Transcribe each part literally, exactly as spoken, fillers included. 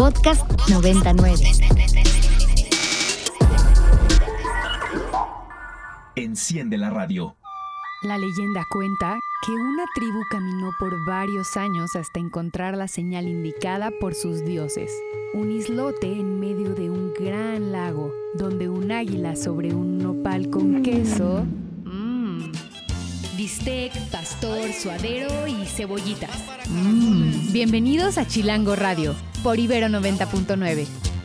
Podcast noventa y nueve. Enciende la radio. La leyenda cuenta que una tribu caminó por varios años hasta encontrar la señal indicada por sus dioses. Un islote en medio de un gran lago, donde un águila sobre un nopal con queso... Mmm. Bistec, pastor, suadero y cebollitas. Mmm. Bienvenidos a Chilango Radio, por Ibero noventa punto nueve.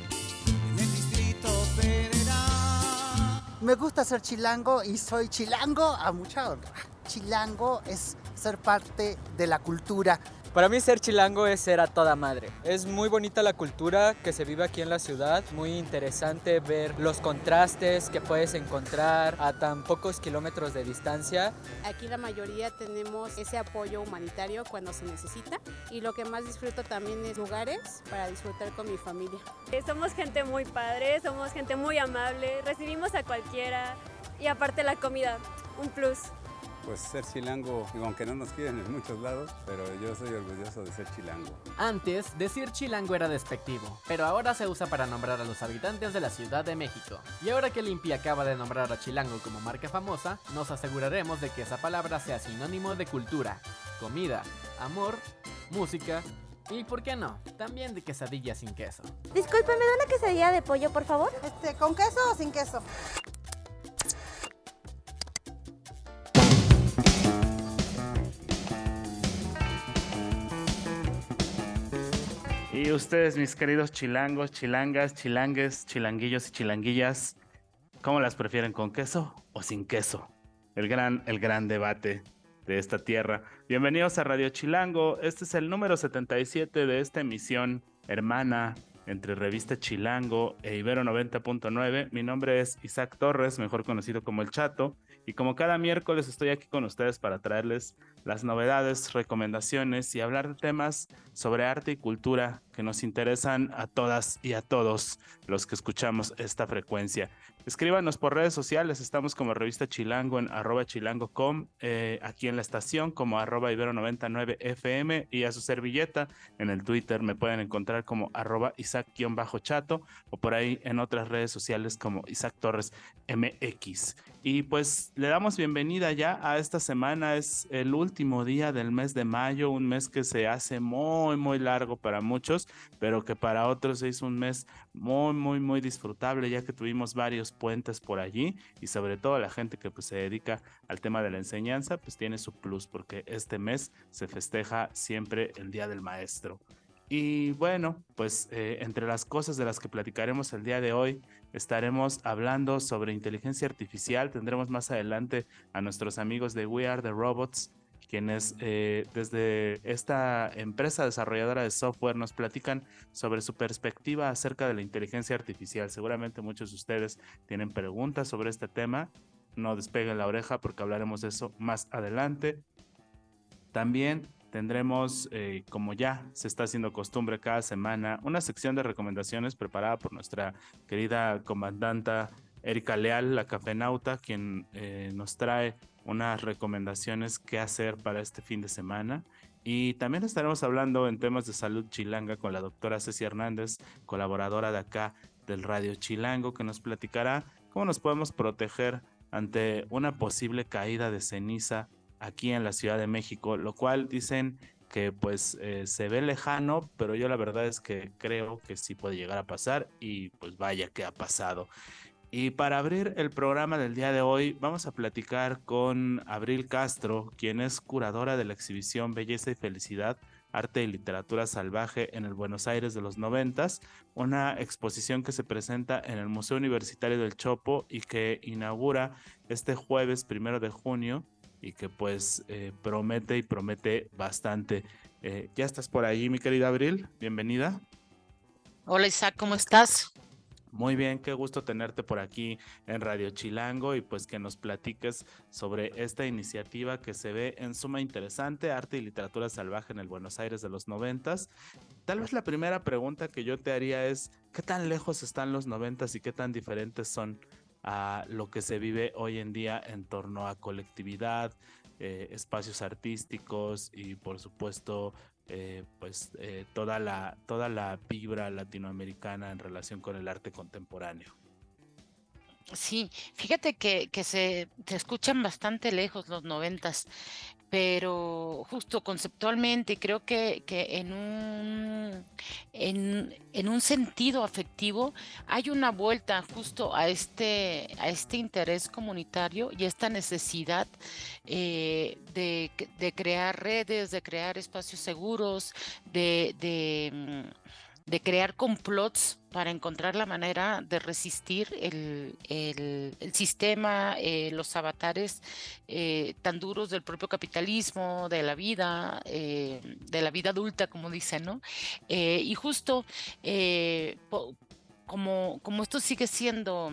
Me gusta ser chilango y soy chilango a mucha honra. Chilango es ser parte de la cultura. Para mí ser chilango es ser a toda madre. Es muy bonita la cultura que se vive aquí en la ciudad. Muy interesante ver los contrastes que puedes encontrar a tan pocos kilómetros de distancia. Aquí la mayoría tenemos ese apoyo humanitario cuando se necesita. Y lo que más disfruto también es lugares para disfrutar con mi familia. Somos gente muy padre, somos gente muy amable, recibimos a cualquiera. Y aparte la comida, un plus. Pues ser chilango, digo, aunque no nos quieren en muchos lados, pero yo soy orgulloso de ser chilango. Antes, decir chilango era despectivo, pero ahora se usa para nombrar a los habitantes de la Ciudad de México. Y ahora que el I N P I acaba de nombrar a Chilango como marca famosa, nos aseguraremos de que esa palabra sea sinónimo de cultura, comida, amor, música y, ¿por qué no?, también de quesadilla sin queso. Disculpe, ¿me da una quesadilla de pollo, por favor? Este, ¿con queso o sin queso? Y ustedes, mis queridos chilangos, chilangas, chilangues, chilanguillos y chilanguillas, ¿cómo las prefieren, con queso o sin queso? El gran, el gran debate de esta tierra. Bienvenidos a Radio Chilango. Este es el número setenta y siete de esta emisión hermana entre Revista Chilango e Ibero noventa punto nueve. Mi nombre es Isaac Torres, mejor conocido como El Chato, y como cada miércoles estoy aquí con ustedes para traerles las novedades, recomendaciones y hablar de temas sobre arte y cultura que nos interesan a todas y a todos los que escuchamos esta frecuencia. Escríbanos por redes sociales, estamos como Revista Chilango en arroba chilango punto com, eh, aquí en la estación como arroba Ibero noventa y nueve F M, y a su servilleta en el Twitter me pueden encontrar como arroba Isaac-chato, o por ahí en otras redes sociales como Isaac Torres M X. Y pues le damos bienvenida ya a esta semana. Es el último día del mes de mayo, un mes que se hace muy muy largo para muchos, pero que para otros es un mes muy muy muy disfrutable, ya que tuvimos varios puentes por allí, y sobre todo la gente que pues se dedica al tema de la enseñanza pues tiene su plus, porque este mes se festeja siempre el Día del Maestro. Y bueno, pues eh, entre las cosas de las que platicaremos el día de hoy, estaremos hablando sobre inteligencia artificial. Tendremos más adelante a nuestros amigos de We Are the Robots, quienes eh, desde esta empresa desarrolladora de software nos platican sobre su perspectiva acerca de la inteligencia artificial. Seguramente muchos de ustedes tienen preguntas sobre este tema. No despeguen la oreja porque hablaremos de eso más adelante. También tendremos, eh, como ya se está haciendo costumbre cada semana, una sección de recomendaciones preparada por nuestra querida comandanta Erika Leal, la cafenauta, quien eh, nos trae unas recomendaciones que hacer para este fin de semana. Y también estaremos hablando en temas de salud chilanga con la doctora Ceci Hernández, colaboradora de acá del Radio Chilango, que nos platicará cómo nos podemos proteger ante una posible caída de ceniza aquí en la Ciudad de México, lo cual dicen que pues eh, se ve lejano, pero yo la verdad es que creo que sí puede llegar a pasar, y pues vaya que ha pasado. Y para abrir el programa del día de hoy vamos a platicar con Abril Castro, quien es curadora de la exhibición Belleza y Felicidad, Arte y Literatura Salvaje en el Buenos Aires de los noventas, una exposición que se presenta en el Museo Universitario del Chopo y que inaugura este jueves primero de junio, y que pues eh, promete y promete bastante. Eh, ya estás por ahí, mi querida Abril, bienvenida. Hola Isaac, ¿cómo estás? Muy bien, qué gusto tenerte por aquí en Radio Chilango, y pues que nos platiques sobre esta iniciativa que se ve en suma interesante, Arte y Literatura Salvaje en el Buenos Aires de los noventas. Tal vez la primera pregunta que yo te haría es, ¿qué tan lejos están los noventas y qué tan diferentes son a lo que se vive hoy en día en torno a colectividad, eh, espacios artísticos y por supuesto eh, pues eh, toda la, toda la vibra latinoamericana en relación con el arte contemporáneo. Sí, fíjate que, que se, se escuchan bastante lejos los noventas, pero justo conceptualmente creo que, que en un, en, en un sentido afectivo hay una vuelta justo a este, a este interés comunitario y esta necesidad eh, de, de crear redes, de crear espacios seguros, de, de, mm, de crear complots para encontrar la manera de resistir el, el, el sistema, eh, los avatares eh, tan duros del propio capitalismo, de la vida, eh, de la vida adulta, como dicen, ¿no? Eh, y justo eh, po, como, como esto sigue siendo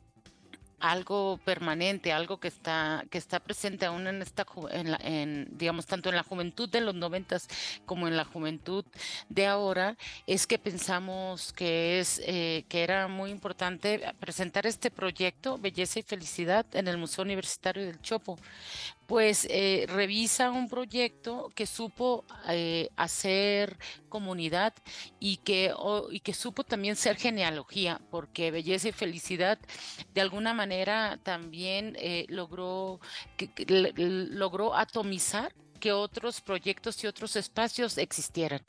algo permanente, algo que está, que está presente aún en esta, en, la, en digamos, tanto en la juventud de los noventas como en la juventud de ahora, es que pensamos que es, eh, que era muy importante presentar este proyecto, Belleza y Felicidad, en el Museo Universitario del Chopo. Pues eh, revisa un proyecto que supo eh, hacer comunidad y que, oh, y que supo también ser genealogía, porque Belleza y Felicidad de alguna manera también eh, logró, que, que, logró atomizar que otros proyectos y otros espacios existieran.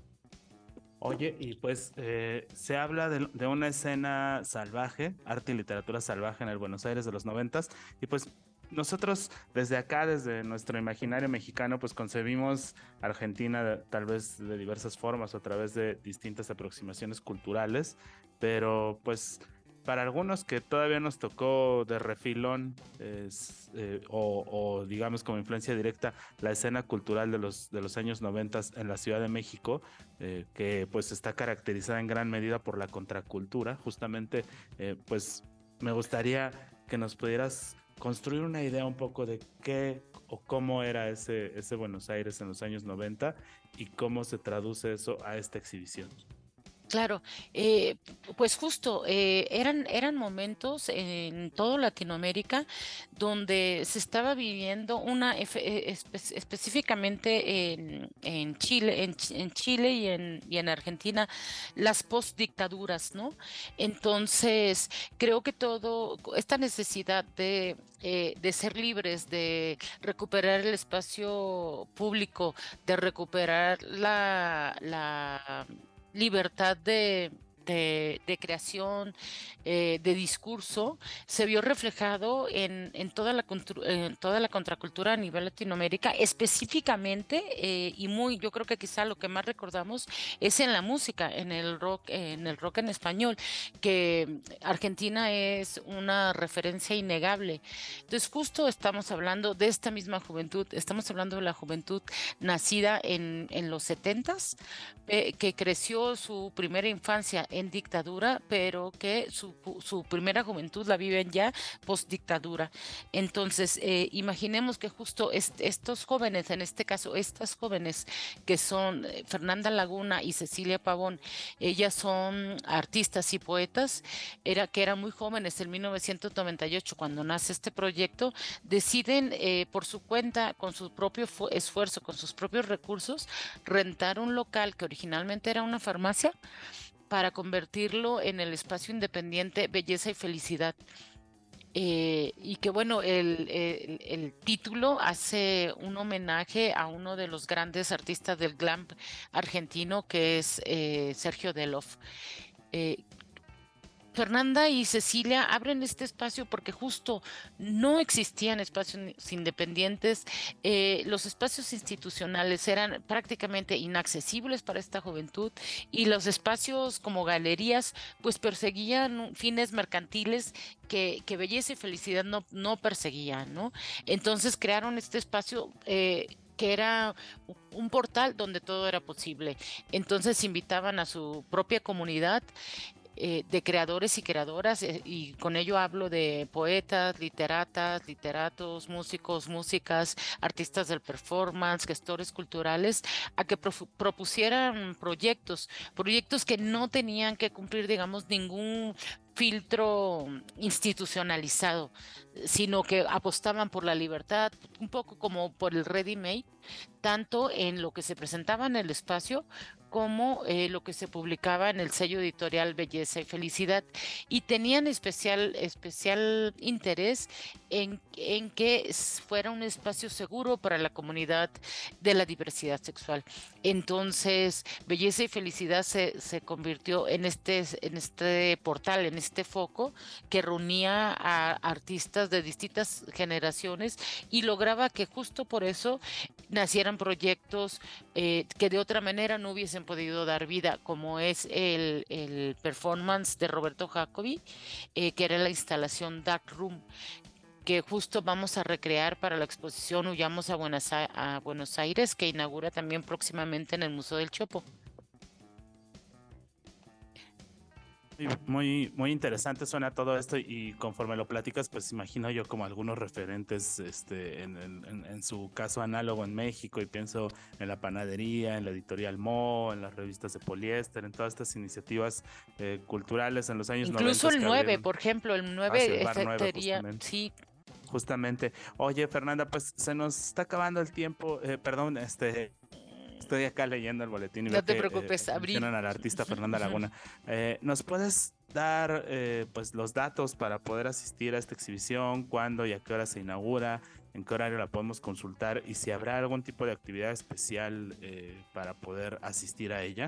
Oye, y pues eh, se habla de, de una escena salvaje, arte y literatura salvaje en el Buenos Aires de los noventas, y pues nosotros desde acá, desde nuestro imaginario mexicano, pues concebimos Argentina de, tal vez de diversas formas o a través de distintas aproximaciones culturales, pero pues para algunos que todavía nos tocó de refilón es, eh, o, o digamos como influencia directa la escena cultural de los, de los años noventas en la Ciudad de México, eh, que pues está caracterizada en gran medida por la contracultura, justamente eh, pues me gustaría que nos pudieras construir una idea un poco de qué o cómo era ese, ese Buenos Aires en los años noventa y cómo se traduce eso a esta exhibición. Claro, eh, pues justo eh, eran, eran momentos en toda Latinoamérica donde se estaba viviendo una, espe específicamente en, en Chile, en, en Chile y en, y en Argentina, las postdictaduras, ¿no? Entonces, creo que todo, esta necesidad de, eh, de ser libres, de recuperar el espacio público, de recuperar la, la libertad de, de, de creación, eh, de discurso, se vio reflejado en, en, toda la, en toda la contracultura a nivel Latinoamérica, específicamente, eh, y muy, yo creo que quizá lo que más recordamos es en la música, en el rock, en el rock en español, que Argentina es una referencia innegable. Entonces, justo estamos hablando de esta misma juventud, estamos hablando de la juventud nacida en, en los setentas, eh, que creció su primera infancia en dictadura, pero que su, su primera juventud la viven ya post dictadura. Entonces, eh, imaginemos que justo est estos jóvenes, en este caso, estas jóvenes que son eh, Fernanda Laguna y Cecilia Pavón, ellas son artistas y poetas, era, que eran muy jóvenes en mil novecientos noventa y ocho, cuando nace este proyecto, deciden eh, por su cuenta, con su propio esfuerzo, con sus propios recursos, rentar un local que originalmente era una farmacia, para convertirlo en el espacio independiente Belleza y Felicidad. Eh, y que bueno, el, el, el título hace un homenaje a uno de los grandes artistas del glam argentino, que es eh, Sergio Delof. Eh, Fernanda y Cecilia abren este espacio porque justo no existían espacios independientes, eh, los espacios institucionales eran prácticamente inaccesibles para esta juventud y los espacios como galerías pues perseguían fines mercantiles que, que Belleza y Felicidad no, no perseguían, ¿no? Entonces crearon este espacio eh, que era un portal donde todo era posible. Entonces invitaban a su propia comunidad Eh, de creadores y creadoras, eh, y con ello hablo de poetas, literatas, literatos, músicos, músicas, artistas del performance, gestores culturales, a que propusieran proyectos, proyectos que no tenían que cumplir, digamos, ningún filtro institucionalizado, sino que apostaban por la libertad, un poco como por el ready-made, tanto en lo que se presentaba en el espacio como eh, lo que se publicaba en el sello editorial Belleza y Felicidad, y tenían especial, especial interés en, en que fuera un espacio seguro para la comunidad de la diversidad sexual. Entonces, Belleza y Felicidad se, se convirtió en este, en este portal, en este foco que reunía a artistas de distintas generaciones y lograba que justo por eso nacieran proyectos eh, que de otra manera no hubiesen podido dar vida, como es el, el performance de Roberto Jacobi, eh, que era la instalación Dark Room, que justo vamos a recrear para la exposición Huyamos a Buenos, a Buenos Aires, que inaugura también próximamente en el Museo del Chopo. Muy, muy interesante suena todo esto, y conforme lo platicas, pues imagino yo como algunos referentes este, en, en, en su caso análogo en México, y pienso en la panadería, en la editorial Mo, en las revistas de poliéster, en todas estas iniciativas eh, culturales en los años noventa. Incluso el nueve, por ejemplo, el nueve sería, sí. Justamente. Oye, Fernanda, pues se nos está acabando el tiempo, eh, perdón, este... Estoy acá leyendo el boletín y no veo te que, preocupes, eh, Abril. mencionan a la artista Fernanda Laguna. Eh, ¿Nos puedes dar eh, pues los datos para poder asistir a esta exhibición? ¿Cuándo y a qué hora se inaugura? ¿En qué horario la podemos consultar? Y si habrá algún tipo de actividad especial eh, para poder asistir a ella.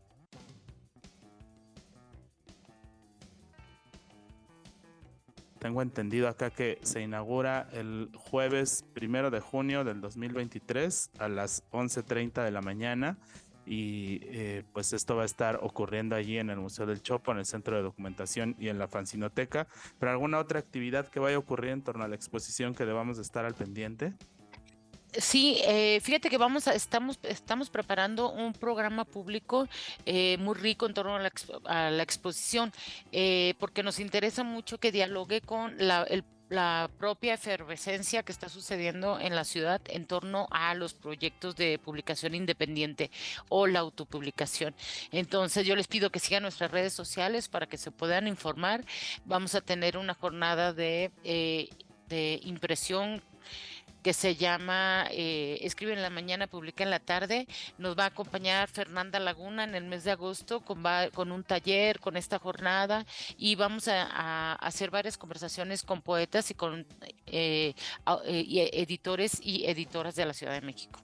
Tengo entendido acá que se inaugura el jueves primero de junio del dos mil veintitrés a las once treinta de la mañana, y eh, pues esto va a estar ocurriendo allí en el Museo del Chopo, en el Centro de Documentación y en la Fanzinoteca. ¿Pero alguna otra actividad que vaya a ocurrir en torno a la exposición que debamos de estar al pendiente? Sí, eh, fíjate que vamos a, estamos, estamos preparando un programa público eh, muy rico en torno a la, a la exposición, eh, porque nos interesa mucho que dialogue con la, el, la propia efervescencia que está sucediendo en la ciudad en torno a los proyectos de publicación independiente o la autopublicación. Entonces yo les pido que sigan nuestras redes sociales para que se puedan informar. Vamos a tener una jornada de, eh, de impresión que se llama eh, Escribe en la mañana, publica en la tarde. Nos va a acompañar Fernanda Laguna en el mes de agosto con, va, con un taller, con esta jornada, y vamos a, a hacer varias conversaciones con poetas y con eh, a, eh, y editores y editoras de la Ciudad de México.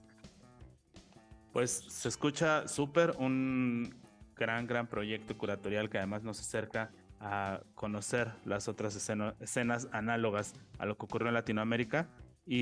Pues se escucha súper, un gran, gran proyecto curatorial que además nos acerca a conocer las otras escena, escenas análogas a lo que ocurrió en Latinoamérica, y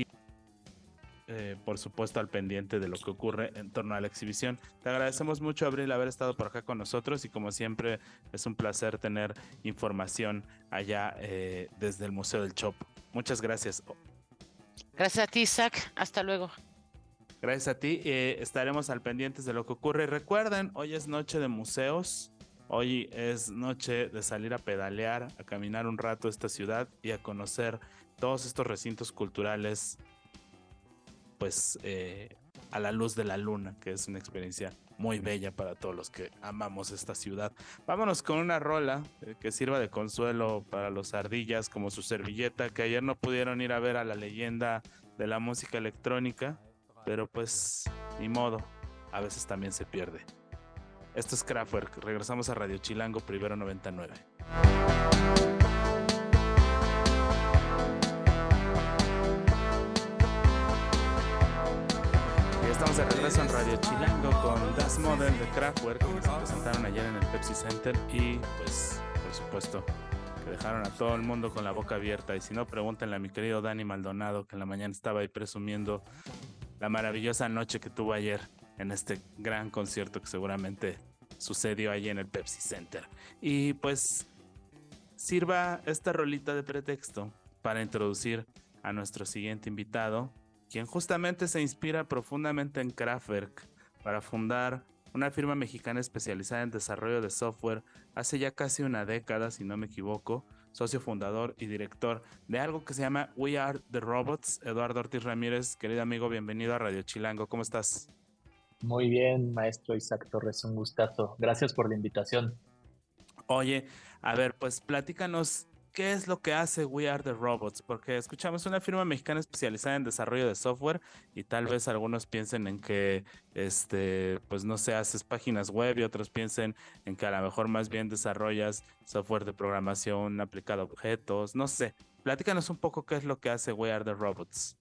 Eh, por supuesto al pendiente de lo que ocurre en torno a la exhibición. Te agradecemos mucho, Abril, haber estado por acá con nosotros, y como siempre es un placer tener información allá eh, desde el Museo del Chopo. Muchas gracias. Gracias a ti, Isaac. Hasta luego. Gracias a ti. Eh, estaremos al pendiente de lo que ocurre. Recuerden, hoy es noche de museos. Hoy es noche de salir a pedalear, a caminar un rato esta ciudad y a conocer todos estos recintos culturales, pues eh, a la luz de la luna, que es una experiencia muy bella para todos los que amamos esta ciudad. Vámonos con una rola eh, que sirva de consuelo para los ardillas, como su servilleta, que ayer no pudieron ir a ver a la leyenda de la música electrónica, pero pues ni modo, a veces también se pierde. Esto es Kraftwerk. Regresamos a Radio Chilango, Primero noventa y nueve. Estamos de regreso en Radio Chilango con Das Model de Kraftwerk, que se presentaron ayer en el Pepsi Center, y pues por supuesto que dejaron a todo el mundo con la boca abierta. Y si no, pregúntenle a mi querido Dani Maldonado, que en la mañana estaba ahí presumiendo la maravillosa noche que tuvo ayer en este gran concierto que seguramente sucedió allí en el Pepsi Center. Y pues sirva esta rolita de pretexto para introducir a nuestro siguiente invitado, quien justamente se inspira profundamente en Kraftwerk para fundar una firma mexicana especializada en desarrollo de software hace ya casi una década, si no me equivoco, socio fundador y director de algo que se llama We Are the Robots. Eduardo Ortiz Ramírez, querido amigo, bienvenido a Radio Chilango, ¿cómo estás? Muy bien, maestro Isaac Torres, un gustazo. Gracias por la invitación. Oye, a ver, pues platícanos qué es lo que hace We Are the Robots, porque escuchamos una firma mexicana especializada en desarrollo de software y tal vez algunos piensen en que, este, pues no sé, haces páginas web y otros piensen en que a lo mejor más bien desarrollas software de programación aplicado a objetos, no sé. Platícanos un poco qué es lo que hace We Are the Robots.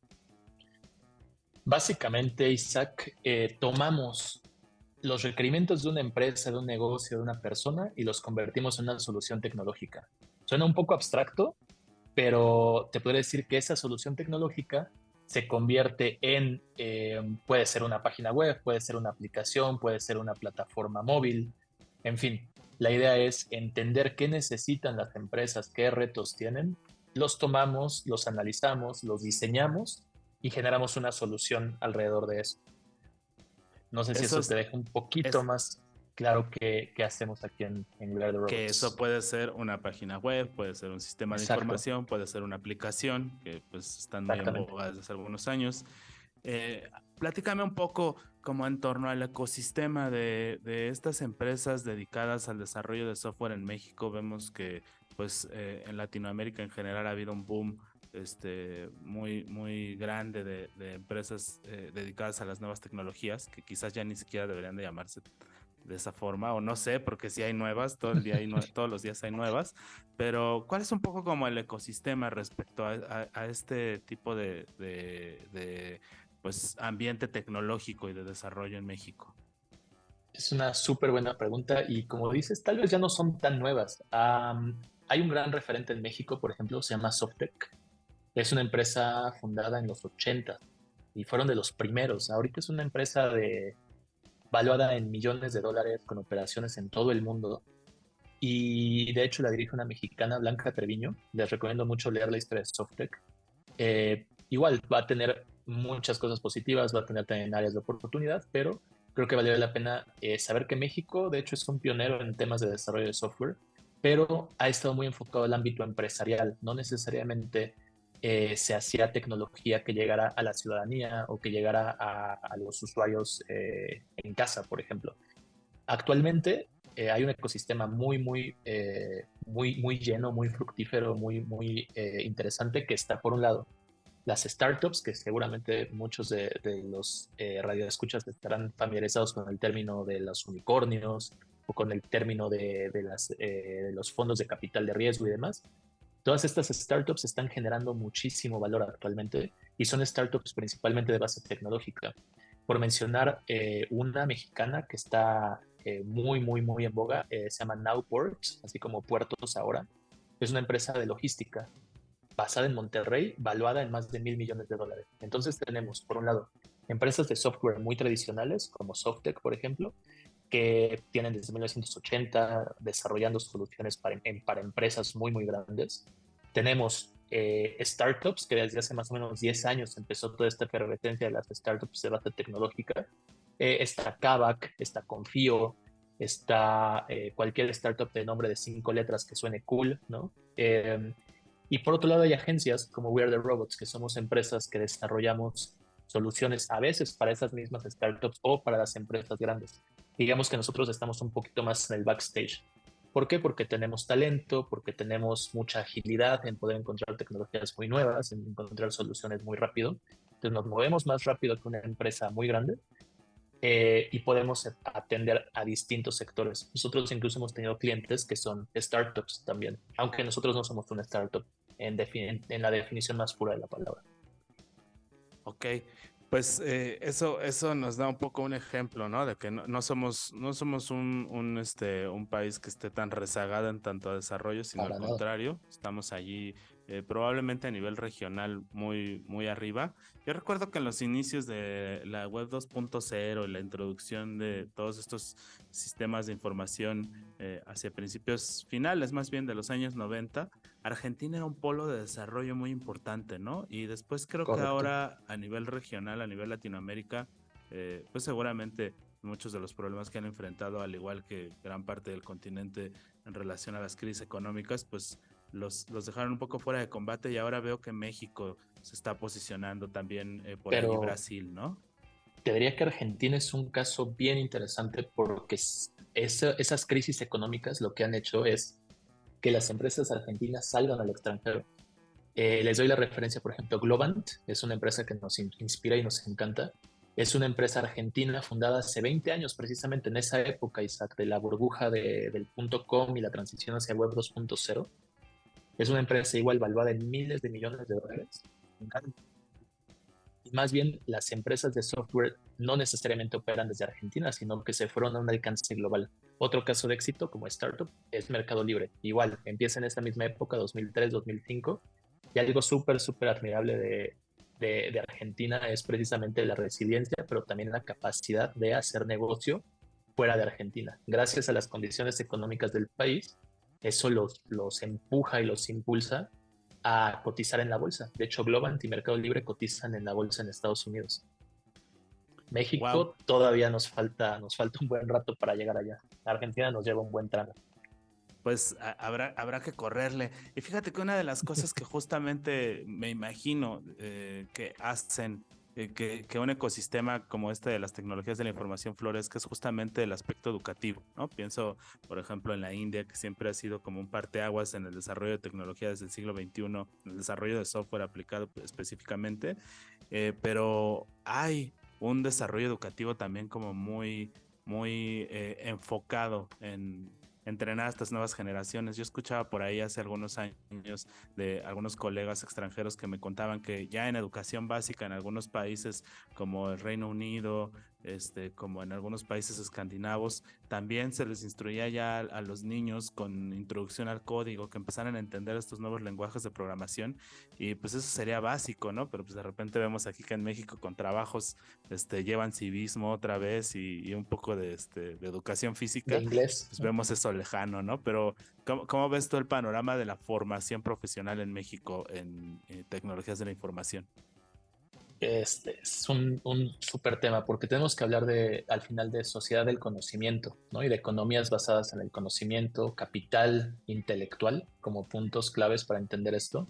Básicamente, Isaac, eh, tomamos los requerimientos de una empresa, de un negocio, de una persona y los convertimos en una solución tecnológica. Suena un poco abstracto, pero te podría decir que esa solución tecnológica se convierte en, eh, puede ser una página web, puede ser una aplicación, puede ser una plataforma móvil, en fin. La idea es entender qué necesitan las empresas, qué retos tienen, los tomamos, los analizamos, los diseñamos y generamos una solución alrededor de eso. No sé si eso, eso te deja un poquito es, más claro qué, qué hacemos aquí en, en We Are the Robots. Que eso puede ser una página web, puede ser un sistema Exacto. de información, puede ser una aplicación, que pues están muy en boga desde hace algunos años. Eh, platícame un poco como en torno al ecosistema de, de estas empresas dedicadas al desarrollo de software en México. Vemos que pues eh, en Latinoamérica en general ha habido un boom este, muy, muy grande de, de empresas eh, dedicadas a las nuevas tecnologías, que quizás ya ni siquiera deberían de llamarse de esa forma, o no sé, porque sí hay nuevas, todo el día hay nue- todos los días hay nuevas, pero ¿cuál es un poco como el ecosistema respecto a, a, a este tipo de, de, de pues, ambiente tecnológico y de desarrollo en México? Es una súper buena pregunta y como dices, tal vez ya no son tan nuevas. Um, hay un gran referente en México, por ejemplo, se llama Softec. Es una empresa fundada en los ochenta y fueron de los primeros. Ahorita es una empresa de, valuada en millones de dólares con operaciones en todo el mundo. Y de hecho la dirige una mexicana, Blanca Treviño. Les recomiendo mucho leer la historia de Softec. Eh, igual va a tener muchas cosas positivas, va a tener también áreas de oportunidad, pero creo que vale la pena eh, saber que México, de hecho, es un pionero en temas de desarrollo de software, pero ha estado muy enfocado al ámbito empresarial, no necesariamente Eh, se hacía tecnología que llegara a la ciudadanía o que llegara a, a los usuarios eh, en casa, por ejemplo. Actualmente eh, hay un ecosistema muy, muy, eh, muy, muy lleno, muy fructífero, muy, muy eh, interesante que está, por un lado, las startups, que seguramente muchos de, de los eh, radioescuchas estarán familiarizados con el término de los unicornios o con el término de, de, las, eh, de los fondos de capital de riesgo y demás. Todas estas startups están generando muchísimo valor actualmente y son startups principalmente de base tecnológica. Por mencionar eh, una mexicana que está eh, muy, muy, muy en boga, eh, se llama Nowport, así como Puertos Ahora. Es una empresa de logística basada en Monterrey, valuada en más de mil millones de dólares. Entonces tenemos, por un lado, empresas de software muy tradicionales, como Softec, por ejemplo, que tienen desde mil novecientos ochenta desarrollando soluciones para, en, para empresas muy, muy grandes. Tenemos eh, startups, que desde hace más o menos diez años empezó toda esta efervescencia de las startups de base tecnológica. Eh, está Kavak, está Confío, está eh, cualquier startup de nombre de cinco letras que suene cool, ¿no? Eh, y por otro lado hay agencias como We Are the Robots, que somos empresas que desarrollamos soluciones a veces para esas mismas startups o para las empresas grandes. Digamos que nosotros estamos un poquito más en el backstage. ¿Por qué? Porque tenemos talento, porque tenemos mucha agilidad en poder encontrar tecnologías muy nuevas, en encontrar soluciones muy rápido. Entonces nos movemos más rápido que una empresa muy grande eh, y podemos atender a distintos sectores. Nosotros incluso hemos tenido clientes que son startups también, aunque nosotros no somos una startup en, en la definición más pura de la palabra. Ok. Pues eh, eso, eso nos da un poco un ejemplo, ¿no? De que no, no somos, no somos un, un, este, un país que esté tan rezagado en tanto a desarrollo, sino Para al nada. contrario, estamos allí eh, probablemente a nivel regional muy, muy arriba. Yo recuerdo que en los inicios de la web dos punto cero y la introducción de todos estos sistemas de información eh, hacia principios finales, más bien de los años noventa, Argentina era un polo de desarrollo muy importante, ¿no? Y después creo Correcto. que ahora a nivel regional, a nivel Latinoamérica, eh, pues seguramente muchos de los problemas que han enfrentado, al igual que gran parte del continente en relación a las crisis económicas, pues los, los dejaron un poco fuera de combate y ahora veo que México se está posicionando también eh, por Pero... ahí Brasil, ¿no? Te diría que Argentina es un caso bien interesante porque esa, esas crisis económicas lo que han hecho es que las empresas argentinas salgan al extranjero. Eh, les doy la referencia, por ejemplo, Globant es una empresa que nos inspira y nos encanta. Es una empresa argentina fundada hace veinte años, precisamente en esa época, Isaac, de la burbuja de, del punto com y la transición hacia web dos punto cero. Es una empresa igual valuada en miles de millones de dólares. Y más bien, las empresas de software no necesariamente operan desde Argentina, sino que se fueron a un alcance global. Otro caso de éxito como startup es Mercado Libre. Igual, empieza en esta misma época, dos mil tres, dos mil cinco, y algo súper, súper admirable de, de, de Argentina es precisamente la resiliencia, pero también la capacidad de hacer negocio fuera de Argentina. Gracias a las condiciones económicas del país, eso los, los empuja y los impulsa a cotizar en la bolsa. De hecho, Globant y Mercado Libre cotizan en la bolsa en Estados Unidos. México wow. todavía nos falta, nos falta un buen rato para llegar allá. Argentina nos lleva un buen tramo. Pues a, habrá, habrá que correrle. Y fíjate que una de las cosas que justamente me imagino eh, que hacen eh, que, que un ecosistema como este de las tecnologías de la información florezca es justamente el aspecto educativo, ¿no? Pienso, por ejemplo, en la India, que siempre ha sido como un parteaguas en el desarrollo de tecnología desde el siglo veintiuno, en el desarrollo de software aplicado específicamente, eh, pero hay un desarrollo educativo también como muy, muy eh, enfocado en entrenar a estas nuevas generaciones. Yo escuchaba por ahí hace algunos años de algunos colegas extranjeros que me contaban que ya en educación básica en algunos países como el Reino Unido, este, como en algunos países escandinavos, también se les instruía ya a, a los niños con introducción al código, que empezaran a entender estos nuevos lenguajes de programación, y pues eso sería básico, ¿no? Pero pues de repente vemos aquí que en México con trabajos este, llevan civismo otra vez y, y un poco de, este, de educación física. De inglés. Pues vemos eso lejano, ¿no? Pero ¿cómo, cómo ves tú el panorama de la formación profesional en México en, en tecnologías de la información? Este es un, un súper tema porque tenemos que hablar de, al final, de sociedad del conocimiento, ¿no? Y de economías basadas en el conocimiento, capital intelectual como puntos claves para entender esto.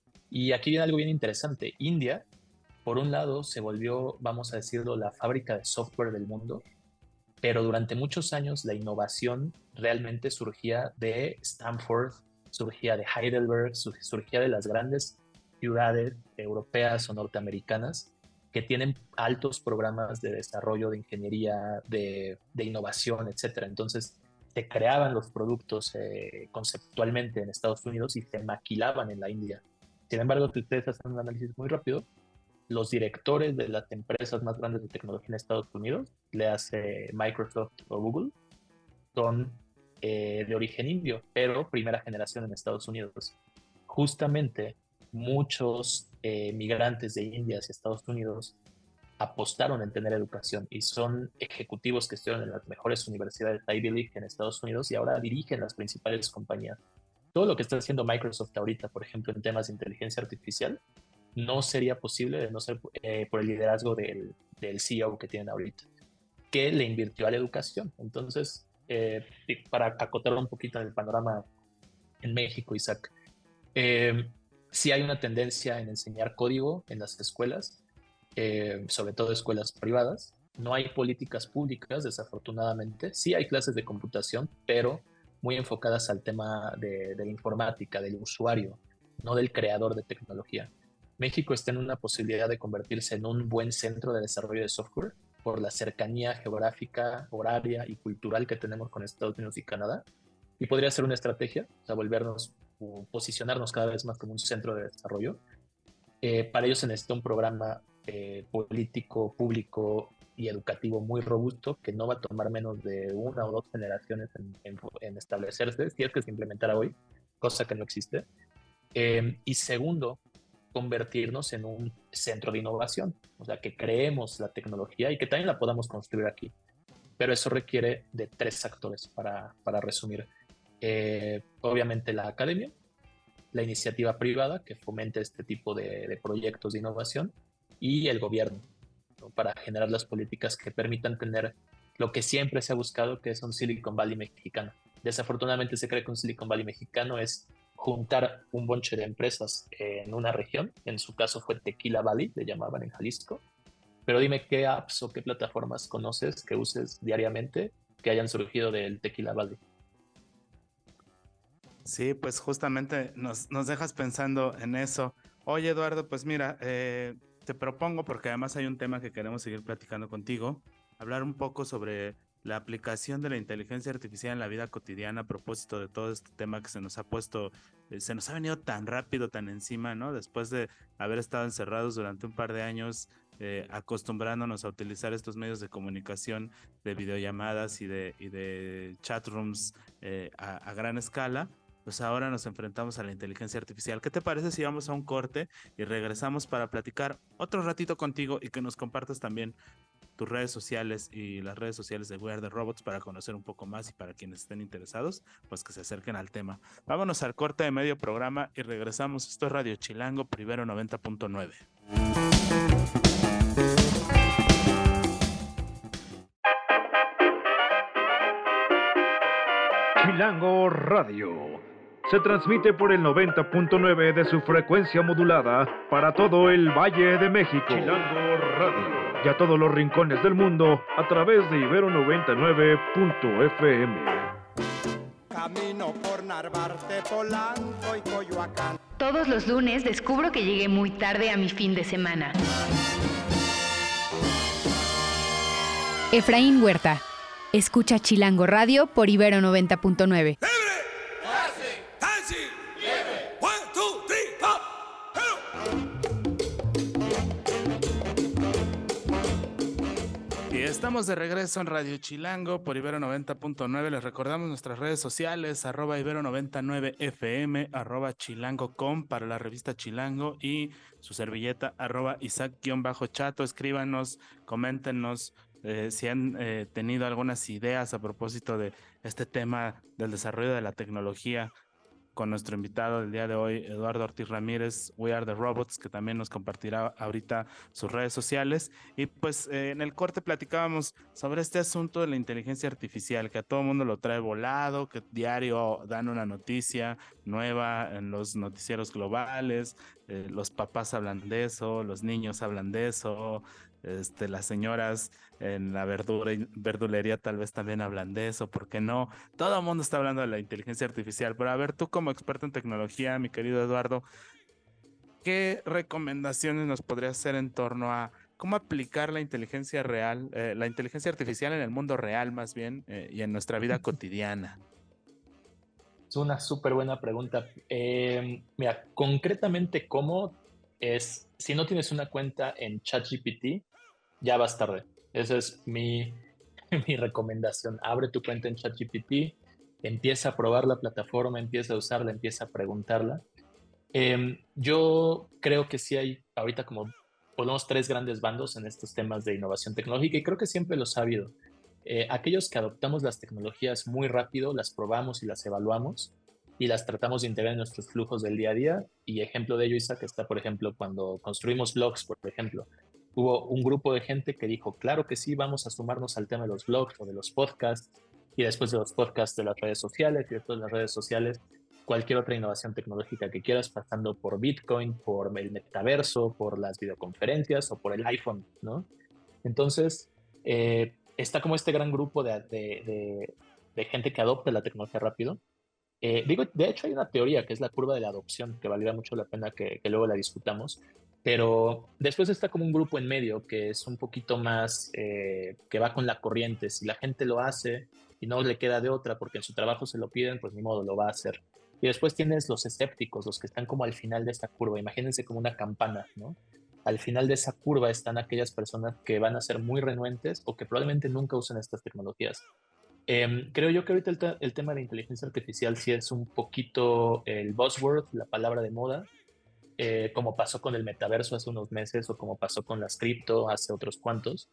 Y aquí viene algo bien interesante. India, por un lado, se volvió, vamos a decirlo, la fábrica de software del mundo, pero durante muchos años la innovación realmente surgía de Stanford, surgía de Heidelberg, surgía de las grandes ciudades europeas o norteamericanas que tienen altos programas de desarrollo, de ingeniería, de, de innovación, etcétera. Entonces, se creaban los productos eh, conceptualmente en Estados Unidos y se maquilaban en la India. Sin embargo, si ustedes hacen un análisis muy rápido, los directores de las empresas más grandes de tecnología en Estados Unidos, le hace Microsoft o Google, son eh, de origen indio, pero primera generación en Estados Unidos. Justamente, muchos eh, migrantes de India hacia Estados Unidos apostaron en tener educación y son ejecutivos que estudian en las mejores universidades Ivy League en Estados Unidos y ahora dirigen las principales compañías. Todo lo que está haciendo Microsoft ahorita, por ejemplo, en temas de inteligencia artificial, no sería posible de no ser eh, por el liderazgo del, del C E O que tienen ahorita, que le invirtió a la educación. Entonces, eh, para acotar un poquito en el panorama en México, Isaac, eh, sí hay una tendencia en enseñar código en las escuelas, eh, sobre todo escuelas privadas. No hay políticas públicas, desafortunadamente. Sí hay clases de computación, pero muy enfocadas al tema de, de la informática, del usuario, no del creador de tecnología. México está en una posibilidad de convertirse en un buen centro de desarrollo de software por la cercanía geográfica, horaria y cultural que tenemos con Estados Unidos y Canadá. Y podría ser una estrategia, o sea, volvernos o posicionarnos cada vez más como un centro de desarrollo. Eh, para ello se necesita un programa eh, político, público y educativo muy robusto que no va a tomar menos de una o dos generaciones en, en, en establecerse, si es que se implementara hoy, cosa que no existe. Eh, y segundo, convertirnos en un centro de innovación, o sea, que creemos la tecnología y que también la podamos construir aquí. Pero eso requiere de tres actores, para, para resumir. Eh, obviamente la academia, la iniciativa privada que fomente este tipo de, de proyectos de innovación y el gobierno, ¿no? Para generar las políticas que permitan tener lo que siempre se ha buscado, que es un Silicon Valley mexicano. Desafortunadamente se cree que un Silicon Valley mexicano es juntar un bonche de empresas en una región, en su caso fue Tequila Valley, le llamaban en Jalisco, pero dime qué apps o qué plataformas conoces que uses diariamente que hayan surgido del Tequila Valley. Sí, pues justamente nos, nos dejas pensando en eso. Oye, Eduardo, pues mira, eh, te propongo, porque además hay un tema que queremos seguir platicando contigo, hablar un poco sobre la aplicación de la inteligencia artificial en la vida cotidiana a propósito de todo este tema que se nos ha puesto, eh, se nos ha venido tan rápido, tan encima, ¿no? Después de haber estado encerrados durante un par de años, eh, acostumbrándonos a utilizar estos medios de comunicación, de videollamadas y de, y de chat rooms eh, a, a gran escala. Pues ahora nos enfrentamos a la inteligencia artificial. ¿Qué te parece si vamos a un corte y regresamos para platicar otro ratito contigo y que nos compartas también tus redes sociales y las redes sociales de We Are The Robots para conocer un poco más, y para quienes estén interesados, pues que se acerquen al tema? Vámonos al corte de medio programa y regresamos. Esto es Radio Chilango, por Ibero noventa punto nueve. Chilango Radio se transmite por el noventa punto nueve de su frecuencia modulada para todo el Valle de México. Chilango Radio. Y a todos los rincones del mundo a través de Ibero noventa y nueve punto efe eme. Camino por Narvarte, Polanco y Coyoacán. Todos los lunes descubro que llegué muy tarde a mi fin de semana. Efraín Huerta. Escucha Chilango Radio por Ibero noventa punto nueve. Y estamos de regreso en Radio Chilango por Ibero noventa punto nueve. Les recordamos nuestras redes sociales, arroba Ibero noventa y nueve efe eme, arroba chilango punto com para la revista Chilango, y su servilleta, arroba Isaac-Chato. Escríbanos, coméntenos eh, si han eh, tenido algunas ideas a propósito de este tema del desarrollo de la tecnología, con nuestro invitado del día de hoy, Eduardo Ortiz Ramírez, We Are The Robots, que también nos compartirá ahorita sus redes sociales. Y pues eh, en el corte platicábamos sobre este asunto de la inteligencia artificial, que a todo el mundo lo trae volado, que diario dan una noticia nueva en los noticieros globales, eh, los papás hablan de eso, los niños hablan de eso, este, las señoras en la verdura, verdulería tal vez también hablan de eso, ¿por qué no? Todo el mundo está hablando de la inteligencia artificial, pero a ver, tú como experto en tecnología, mi querido Eduardo, ¿qué recomendaciones nos podrías hacer en torno a cómo aplicar la inteligencia real, eh, la inteligencia artificial en el mundo real más bien, eh, y en nuestra vida cotidiana? Es una súper buena pregunta. Eh, mira, concretamente cómo es, si no tienes una cuenta en ChatGPT, ya vas tarde. Esa es mi, mi recomendación. Abre tu cuenta en ChatGPT, empieza a probar la plataforma, empieza a usarla, empieza a preguntarla. Eh, yo creo que sí hay ahorita como ponemos tres grandes bandos en estos temas de innovación tecnológica, y creo que siempre los ha habido. Eh, aquellos que adoptamos las tecnologías muy rápido, las probamos y las evaluamos y las tratamos de integrar en nuestros flujos del día a día. Y ejemplo de ello, Isaac, está, por ejemplo, cuando construimos blogs, por ejemplo. Hubo un grupo de gente que dijo, claro que sí, vamos a sumarnos al tema de los blogs o de los podcasts, y después de los podcasts de las redes sociales, y después de las redes sociales, cualquier otra innovación tecnológica que quieras, pasando por Bitcoin, por el metaverso, por las videoconferencias o por el iPhone, ¿no? Entonces, eh, está como este gran grupo de, de, de, de gente que adopta la tecnología rápido. Eh, digo, de hecho hay una teoría que es la curva de la adopción, que valdría mucho la pena que, que luego la discutamos, pero después está como un grupo en medio que es un poquito más, eh, que va con la corriente. Si la gente lo hace y no le queda de otra porque en su trabajo se lo piden, pues ni modo, lo va a hacer. Y después tienes los escépticos, los que están como al final de esta curva. Imagínense como una campana, ¿no? Al final de esa curva están aquellas personas que van a ser muy renuentes o que probablemente nunca usen estas tecnologías. Eh, creo yo que ahorita el, te- el tema de la inteligencia artificial sí es un poquito el buzzword, la palabra de moda, eh, como pasó con el metaverso hace unos meses o como pasó con las cripto hace otros cuantos.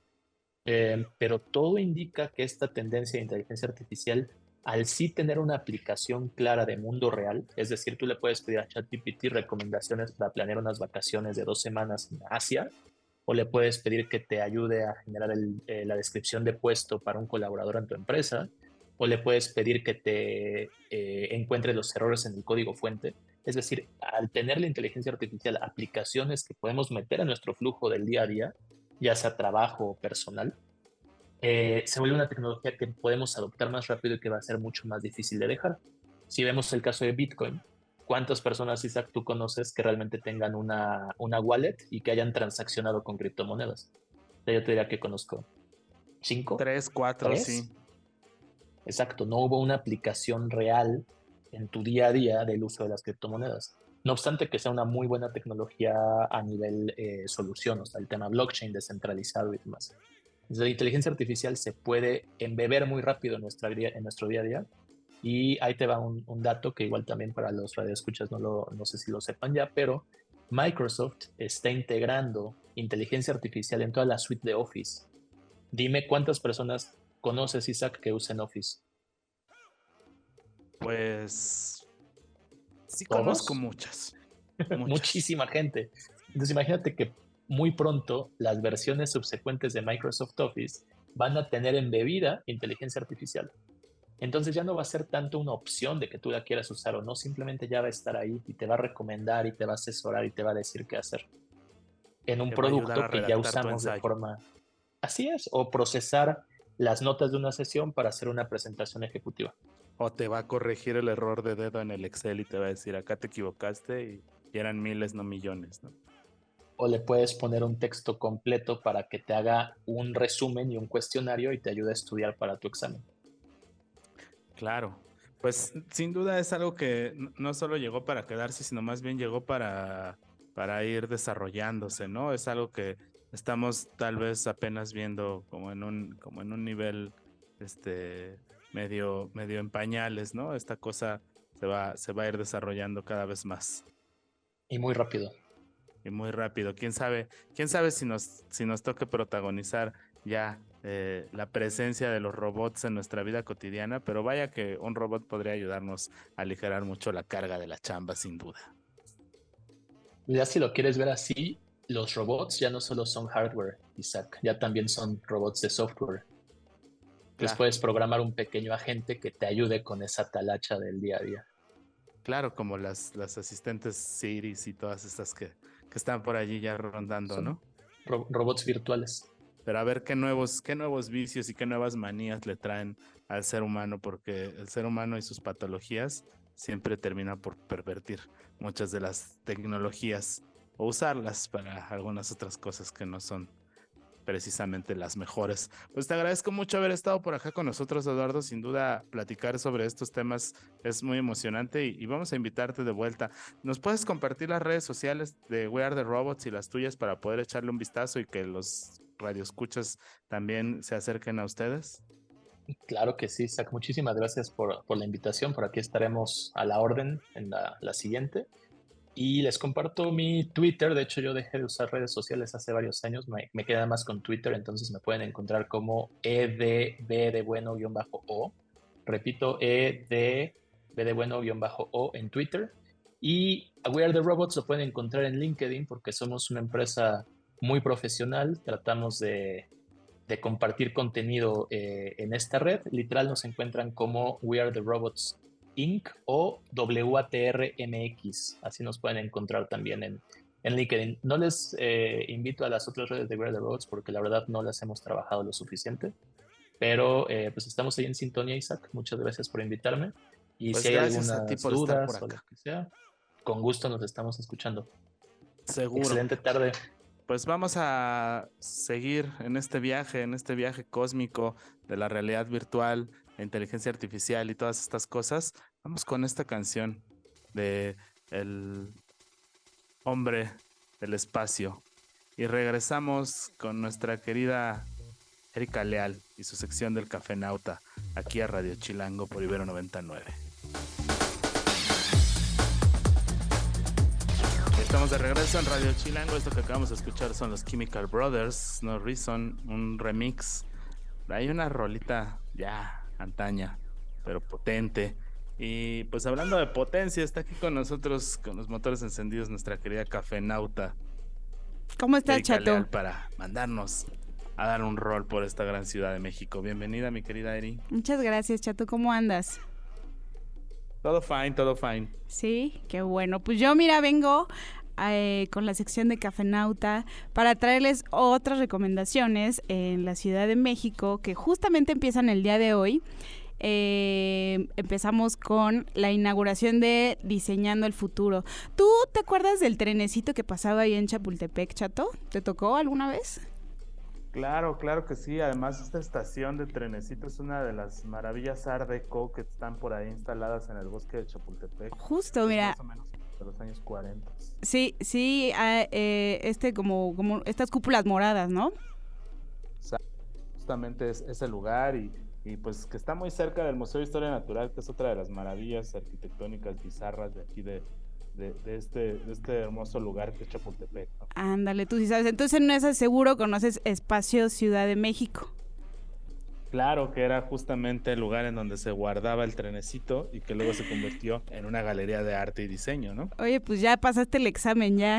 Eh, pero todo indica que esta tendencia de inteligencia artificial, al sí tener una aplicación clara de mundo real, es decir, tú le puedes pedir a ChatGPT recomendaciones para planear unas vacaciones de dos semanas en Asia, o le puedes pedir que te ayude a generar el, eh, la descripción de puesto para un colaborador en tu empresa, o le puedes pedir que te eh, encuentre los errores en el código fuente. Es decir, al tener la inteligencia artificial aplicaciones que podemos meter en nuestro flujo del día a día, ya sea trabajo o personal, eh, se vuelve una tecnología que podemos adoptar más rápido y que va a ser mucho más difícil de dejar. Si vemos el caso de Bitcoin, ¿cuántas personas, Isaac, tú conoces que realmente tengan una, una wallet y que hayan transaccionado con criptomonedas? O sea, yo te diría que conozco cinco. Tres, cuatro, ¿Tres? sí. Exacto, no hubo una aplicación real en tu día a día del uso de las criptomonedas. No obstante que sea una muy buena tecnología a nivel eh, solución, o sea, el tema blockchain descentralizado y demás. Entonces, la inteligencia artificial se puede embeber muy rápido en, nuestra, en nuestro día a día. Y ahí te va un, un dato que igual también para los radioescuchas no, lo, no sé si lo sepan ya, pero Microsoft está integrando inteligencia artificial en toda la suite de Office. Dime cuántas personas conoces, Isaac, que usen Office. Pues sí, ¿todos? conozco muchas. muchas. Muchísima gente. Entonces imagínate que muy pronto las versiones subsecuentes de Microsoft Office van a tener embebida inteligencia artificial. Entonces ya no va a ser tanto una opción de que tú la quieras usar o no, simplemente ya va a estar ahí y te va a recomendar y te va a asesorar y te va a decir qué hacer. En un Te va a ayudar producto a que ya redactar tu usamos de ensayo. forma... Así es, o procesar las notas de una sesión para hacer una presentación ejecutiva. O te va a corregir el error de dedo en el Excel y te va a decir, acá te equivocaste y, y eran miles, no millones, ¿no? O le puedes poner un texto completo para que te haga un resumen y un cuestionario y te ayude a estudiar para tu examen. Claro, pues sin duda es algo que no solo llegó para quedarse, sino más bien llegó para, para ir desarrollándose, ¿no? Es algo que estamos tal vez apenas viendo como en un, como en un nivel este, medio, medio en pañales, ¿no? Esta cosa se va, se va a ir desarrollando cada vez más. Y muy rápido. Y muy rápido. ¿Quién sabe, quién sabe si nos, si nos toque protagonizar ya eh, la presencia de los robots en nuestra vida cotidiana? Pero vaya que un robot podría ayudarnos a aligerar mucho la carga de la chamba, sin duda. Ya si lo quieres ver así, los robots ya no solo son hardware, Isaac, ya también son robots de software. Entonces Claro. puedes programar un pequeño agente que te ayude con esa talacha del día a día. Claro, como las, las asistentes Siris y todas estas que, que están por allí ya rondando, Son ¿no? ro- robots virtuales. Pero a ver qué nuevos, qué nuevos vicios y qué nuevas manías le traen al ser humano, porque el ser humano y sus patologías siempre terminan por pervertir muchas de las tecnologías o usarlas para algunas otras cosas que no son precisamente las mejores. Pues te agradezco mucho haber estado por acá con nosotros, Eduardo. Sin duda, platicar sobre estos temas es muy emocionante y, y vamos a invitarte de vuelta. ¿Nos puedes compartir las redes sociales de We Are the Robots y las tuyas para poder echarle un vistazo y que los radioescuchas también se acerquen a ustedes? Claro que sí, Isaac. Muchísimas gracias por, por la invitación. Por aquí estaremos a la orden en la, la siguiente. Y les comparto mi Twitter. De hecho, yo dejé de usar redes sociales hace varios años. Me, me queda más con Twitter, entonces me pueden encontrar como E D B de bueno guión bajo O. Repito, E D B de bueno guión bajo O en Twitter. Y a We Are the Robots lo pueden encontrar en LinkedIn porque somos una empresa muy profesional. Tratamos de, de compartir contenido eh, en esta red. Literal nos encuentran como We Are the Robots Incorporated o W A T R M X, así nos pueden encontrar también en, en LinkedIn. No les eh, invito a las otras redes de We Are the Robots porque la verdad no las hemos trabajado lo suficiente, pero eh, pues estamos ahí en sintonía, Isaac. Muchas gracias por invitarme y Pues si hay gracias a algunas ti por estar dudas por o lo acá. que sea, con gusto nos estamos escuchando. Seguro. Excelente tarde. Pues vamos a seguir en este viaje, en este viaje cósmico de la realidad virtual, la inteligencia artificial y todas estas cosas. Vamos con esta canción de el hombre del espacio y regresamos con nuestra querida Erika Leal y su sección del Cafenauta aquí a Radio Chilango por Ibero noventa y nueve. Estamos de regreso en Radio Chilango. Esto que acabamos de escuchar son los Chemical Brothers, No Reason, un remix. Hay una rolita ya antaña, pero potente. Y pues hablando de potencia, está aquí con nosotros, con los motores encendidos, nuestra querida Cafenauta. ¿Cómo estás, Erika Chato? Leal, para mandarnos a dar un rol por esta gran ciudad de México. Bienvenida, mi querida Eri. Muchas gracias, Chato. ¿Cómo andas? Todo fine, todo fine. Sí, qué bueno. Pues yo, mira, vengo eh, con la sección de Cafenauta para traerles otras recomendaciones en la Ciudad de México que justamente empiezan el día de hoy. Eh, empezamos con la inauguración de Diseñando el Futuro. ¿Tú te acuerdas del trenecito que pasaba ahí en Chapultepec, Chato? ¿Te tocó alguna vez? Claro, claro que sí. Además, esta estación de trenecito es una de las maravillas Art Deco que están por ahí instaladas en el bosque de Chapultepec. Justo, mira. Más o menos de los años cuarenta. Sí, sí, ah, eh, este como, como estas cúpulas moradas, ¿no? Justamente es ese lugar y, y pues que está muy cerca del Museo de Historia Natural, que es otra de las maravillas arquitectónicas bizarras de aquí de, de, de, este, de este hermoso lugar que es Chapultepec, ¿no? Ándale, tú sí sabes. Entonces no es seguro, conoces Espacio Ciudad de México. Claro, que era justamente el lugar en donde se guardaba el trenecito y que luego se convirtió en una galería de arte y diseño, ¿no? Oye, pues ya pasaste el examen, ya.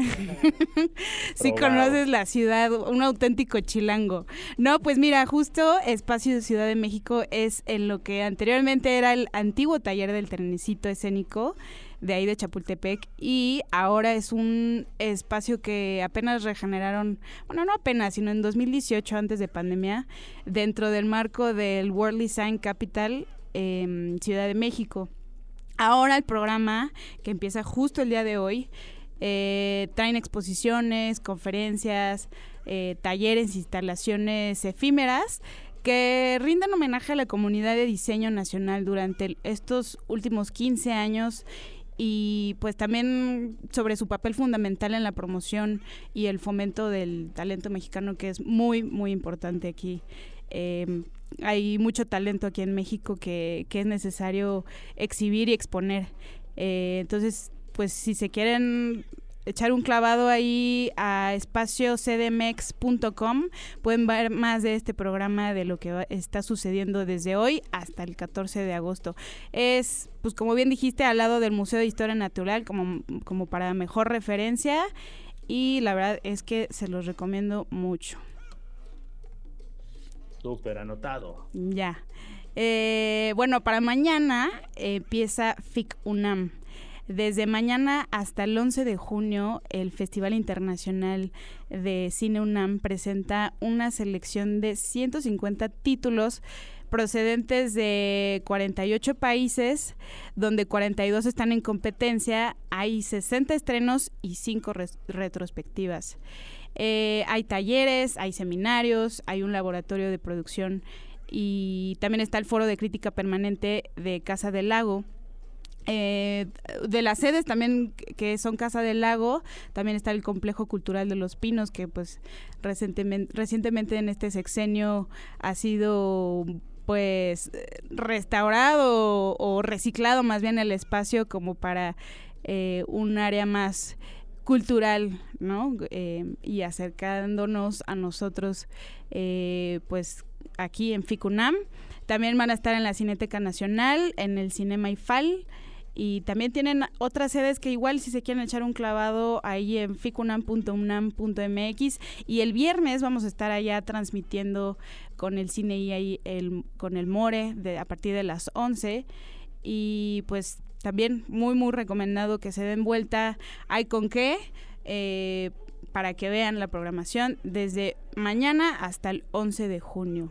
Sí conoces la ciudad, un auténtico chilango. No, pues mira, justo Espacio Ciudad de México es en lo que anteriormente era el antiguo taller del trenecito escénico de ahí de Chapultepec, y ahora es un espacio que apenas regeneraron, bueno, no apenas, sino en dos mil dieciocho, antes de pandemia, dentro del marco del World Design Capital eh, Ciudad de México. Ahora el programa, que empieza justo el día de hoy, eh, traen exposiciones, conferencias, eh, talleres, instalaciones efímeras que rinden homenaje a la comunidad de diseño nacional durante el, estos últimos quince años, y pues también sobre su papel fundamental en la promoción y el fomento del talento mexicano, que es muy, muy importante aquí. Eh, hay mucho talento aquí en México que, que es necesario exhibir y exponer. Eh, entonces, pues si se quieren echar un clavado ahí a espacio c d m x punto com, pueden ver más de este programa, de lo que va, está sucediendo desde hoy hasta el catorce de agosto. Es, pues como bien dijiste, al lado del Museo de Historia Natural, como, como para mejor referencia, y la verdad es que se los recomiendo mucho. Súper anotado. Ya. Eh, bueno, para mañana eh, empieza FIC-UNAM. Desde mañana hasta el once de junio, el Festival Internacional de Cine UNAM presenta una selección de ciento cincuenta títulos procedentes de cuarenta y ocho países, donde cuarenta y dos están en competencia. Hay sesenta estrenos y cinco res- retrospectivas. Eh, hay talleres, hay seminarios, hay un laboratorio de producción, y también está el Foro de Crítica Permanente de Casa del Lago. Eh, de las sedes también que son Casa del Lago, también está el Complejo Cultural de Los Pinos, que pues recientemente, recientemente en este sexenio ha sido pues restaurado o reciclado más bien el espacio como para eh, un área más cultural, ¿no? Eh, y acercándonos a nosotros eh, pues aquí en FIC-UNAM. También van a estar en la Cineteca Nacional, en el Cinema IFAL, y también tienen otras sedes que igual si se quieren echar un clavado ahí en ficunam punto unam punto m x, y el viernes vamos a estar allá transmitiendo con el Cine y ahí el, con el More de, a partir de las once, y pues también muy muy recomendado que se den vuelta. Hay con qué, eh, para que vean la programación desde mañana hasta el once de junio.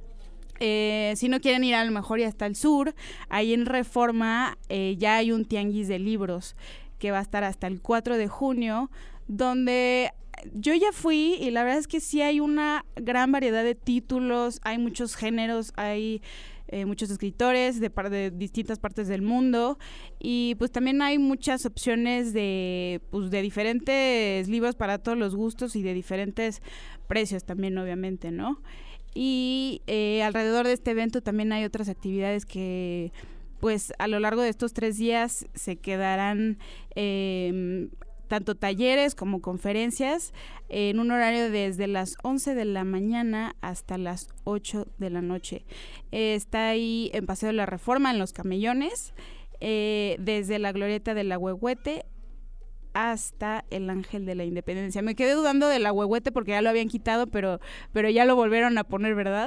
Eh, si no quieren ir a lo mejor y hasta el sur, ahí en Reforma eh, ya hay un tianguis de libros que va a estar hasta el cuatro de junio, donde yo ya fui y la verdad es que sí hay una gran variedad de títulos, hay muchos géneros, hay eh, muchos escritores de, par- de distintas partes del mundo, y pues también hay muchas opciones de, pues, de diferentes libros para todos los gustos y de diferentes precios también, obviamente, ¿no? Y eh, alrededor de este evento también hay otras actividades que pues a lo largo de estos tres días se quedarán eh, tanto talleres como conferencias en un horario desde las once de la mañana hasta las ocho de la noche. Eh, está ahí en Paseo de la Reforma, en Los Camellones, eh, desde la Glorieta del Ahuehuete hasta el Ángel de la Independencia. Me quedé dudando del Ahuehuete porque ya lo habían quitado, pero, pero ya lo volvieron a poner, ¿verdad?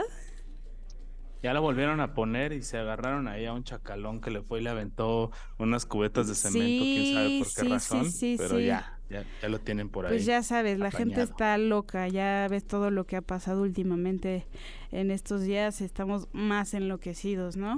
Ya lo volvieron a poner y se agarraron ahí a un chacalón que le fue y le aventó unas cubetas de cemento, Sí, quién sabe por qué sí, razón, sí, sí, pero sí. ya, ya, ya lo tienen por ahí. Pues ya sabes, la apañado. gente está loca, ya ves todo lo que ha pasado últimamente en estos días, estamos más enloquecidos, ¿no?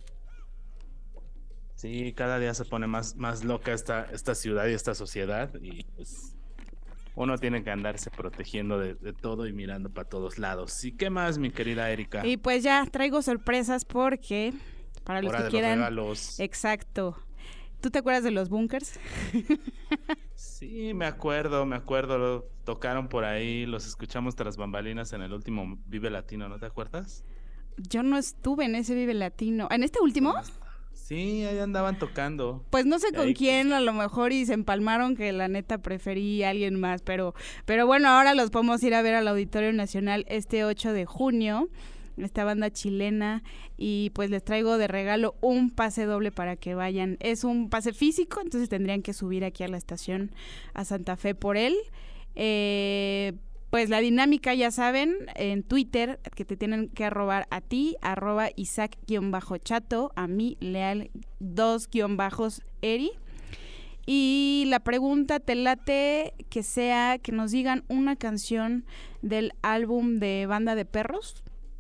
Sí, cada día se pone más, más loca esta, esta ciudad y esta sociedad y pues uno tiene que andarse protegiendo de, de todo y mirando para todos lados. ¿Y qué más, mi querida Erika? Y pues ya traigo sorpresas porque para los Hora que de los quieran... regalos. Exacto. ¿Tú te acuerdas de los bunkers? Sí, me acuerdo, me acuerdo, lo tocaron por ahí, los escuchamos tras bambalinas en el último Vive Latino, ¿no te acuerdas? Yo no estuve en ese Vive Latino. ¿En este último? Sí, ahí andaban tocando. Pues no sé Y con ahí, quién, a lo mejor y se empalmaron que la neta preferí a alguien más, pero, pero bueno, ahora los podemos ir a ver al Auditorio Nacional este ocho de junio, esta banda chilena, y pues les traigo de regalo un pase doble para que vayan. Es un pase físico, entonces tendrían que subir aquí a la estación a Santa Fe por él. Eh... Pues la dinámica, ya saben, en Twitter, que te tienen que arrobar a ti, arroba Isaac-chato, a mí, Leal, dos guión bajos, Eri. Y la pregunta te late que sea que nos digan una canción del álbum de Banda de Perros.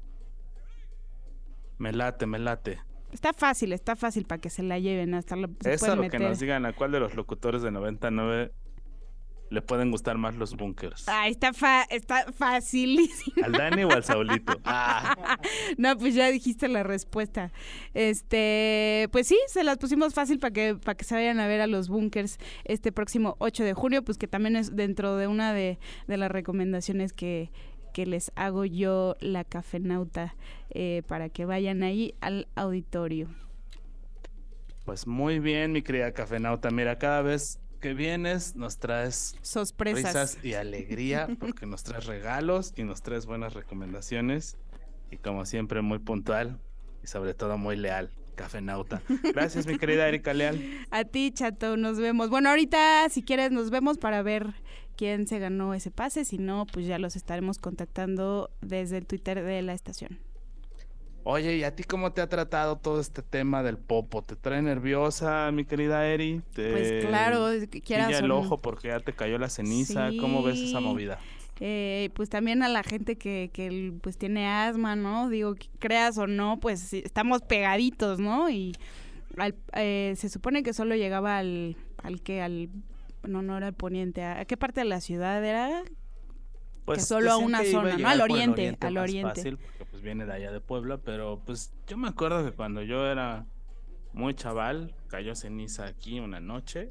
Me late, me late. Está fácil, está fácil para que se la lleven, hasta la se Eso pueden lo meter. que nos digan a cuál de los locutores de noventa y nueve le pueden gustar más los bunkers. Ay, está, fa está facilísimo. ¿Al Dani o al Saulito? Ah. No, pues ya dijiste la respuesta. Este, pues sí, se las pusimos fácil para que para que se vayan a ver a los bunkers este próximo ocho de junio, pues que también es dentro de una de, de las recomendaciones que, que les hago yo, la Cafenauta, eh, para que vayan ahí al auditorio. Pues muy bien, mi querida Cafenauta. Mira, cada vez que vienes nos traes sorpresas, risas y alegría, porque nos traes regalos y nos traes buenas recomendaciones y como siempre muy puntual y sobre todo muy leal, Cafenauta. Gracias, mi querida Erika Leal. A ti, Chato, nos vemos. Bueno, ahorita si quieres nos vemos para ver quién se ganó ese pase, si no pues ya los estaremos contactando desde el Twitter de la estación. Oye, ¿y a ti cómo te ha tratado todo este tema del popo? ¿Te trae nerviosa, mi querida Eri? ¿Te Pues claro, quieras pilla el o no. ojo porque ya te cayó la ceniza? Sí. ¿Cómo ves esa movida? Eh, pues también a la gente que, que pues tiene asma, ¿no? Digo, creas o no, pues sí, estamos pegaditos, ¿no? Y al, eh, se supone que solo llegaba al, al que, al, no, no era el poniente, ¿a, a qué parte de la ciudad era? Pues que solo a una zona, ¿no? Al oriente, oriente al más oriente. Fácil, porque pues viene de allá de Puebla, pero pues yo me acuerdo que cuando yo era muy chaval, cayó ceniza aquí una noche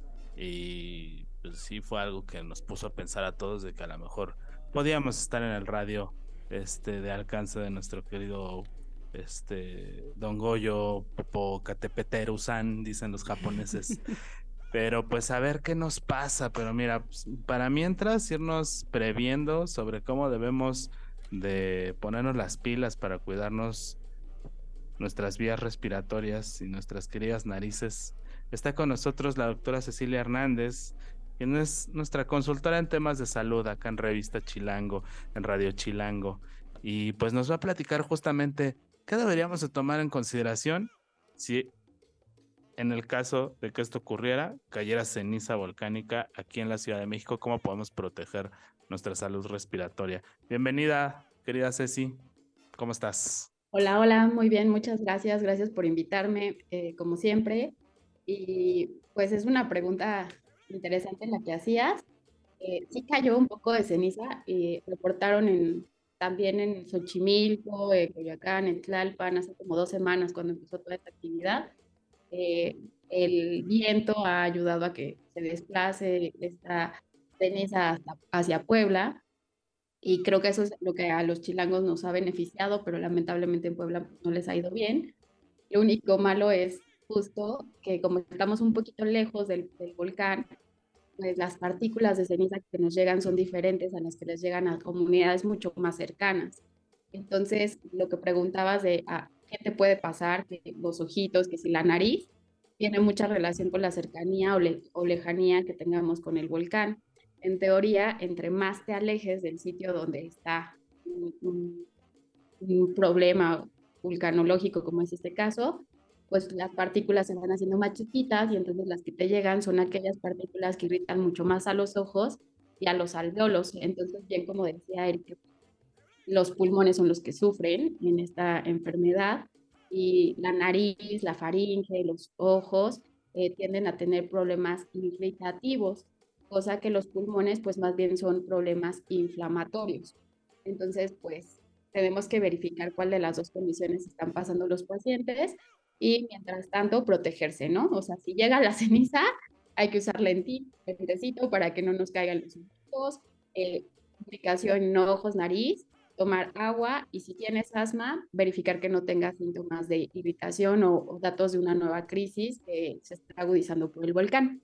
y pues sí fue algo que nos puso a pensar a todos de que a lo mejor podíamos estar en el radio este de alcance de nuestro querido este Don Goyo Popocatépetl-san, dicen los japoneses. Pero pues a ver qué nos pasa, pero mira, pues, para mientras irnos previendo sobre cómo debemos de ponernos las pilas para cuidarnos nuestras vías respiratorias y nuestras queridas narices. Está con nosotros la doctora Cecilia Hernández, quien es nuestra consultora en temas de salud acá en Revista Chilango, en Radio Chilango, y pues nos va a platicar justamente qué deberíamos de tomar en consideración si en el caso de que esto ocurriera, cayera ceniza volcánica aquí en la Ciudad de México, cómo podemos proteger nuestra salud respiratoria. Bienvenida, querida Ceci, ¿cómo estás? Hola, hola, muy bien, muchas gracias, gracias por invitarme, eh, como siempre. Y pues es una pregunta interesante la que hacías. Eh, sí cayó un poco de ceniza, y reportaron en, también en Xochimilco, en Coyoacán, en Tlalpan, hace como dos semanas cuando empezó toda esta actividad. Eh, el viento ha ayudado a que se desplace esta ceniza hasta, hacia Puebla, y creo que eso es lo que a los chilangos nos ha beneficiado, pero lamentablemente en Puebla no les ha ido bien. Lo único malo es justo que como estamos un poquito lejos del, del volcán, pues las partículas de ceniza que nos llegan son diferentes a las que les llegan a comunidades mucho más cercanas. Entonces, lo que preguntabas de ah, qué te puede pasar, que los ojitos, que si la nariz, tiene mucha relación con la cercanía o, le, o lejanía que tengamos con el volcán. En teoría, entre más te alejes del sitio donde está un, un, un problema vulcanológico, como es este caso, pues las partículas se van haciendo más chiquitas y entonces las que te llegan son aquellas partículas que irritan mucho más a los ojos y a los alvéolos. Entonces, bien como decía Eric, los pulmones son los que sufren en esta enfermedad y la nariz, la faringe, los ojos eh, tienden a tener problemas irritativos, cosa que los pulmones pues más bien son problemas inflamatorios. Entonces, pues tenemos que verificar cuál de las dos condiciones están pasando los pacientes y mientras tanto protegerse, ¿no? O sea, si llega la ceniza, hay que usar lentecito para que no nos caigan los ojos, eh, aplicación en ojos, nariz, tomar agua y si tienes asma, verificar que no tengas síntomas de irritación o, o datos de una nueva crisis que se está agudizando por el volcán.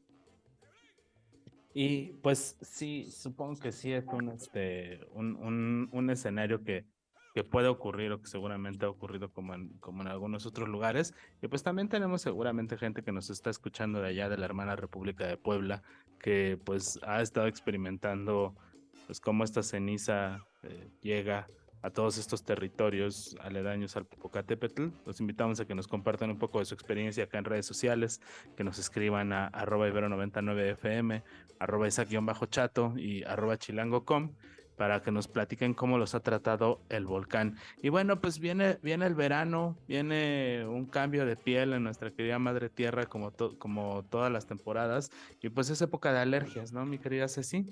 Y pues sí, supongo que sí es un, este, un, un, un escenario que, que puede ocurrir o que seguramente ha ocurrido como en, como en algunos otros lugares. Y pues también tenemos seguramente gente que nos está escuchando de allá de la hermana República de Puebla, que pues ha estado experimentando pues cómo esta ceniza eh, llega a todos estos territorios aledaños al Popocatépetl. Los invitamos a que nos compartan un poco de su experiencia acá en redes sociales, que nos escriban a arroba ibero noventa y nueve F M, arroba Isaac-chato y arroba chilango.com para que nos platiquen cómo los ha tratado el volcán. Y bueno, pues viene, viene el verano, viene un cambio de piel en nuestra querida madre tierra como, to- como todas las temporadas, y pues es época de alergias, ¿no, mi querida Ceci?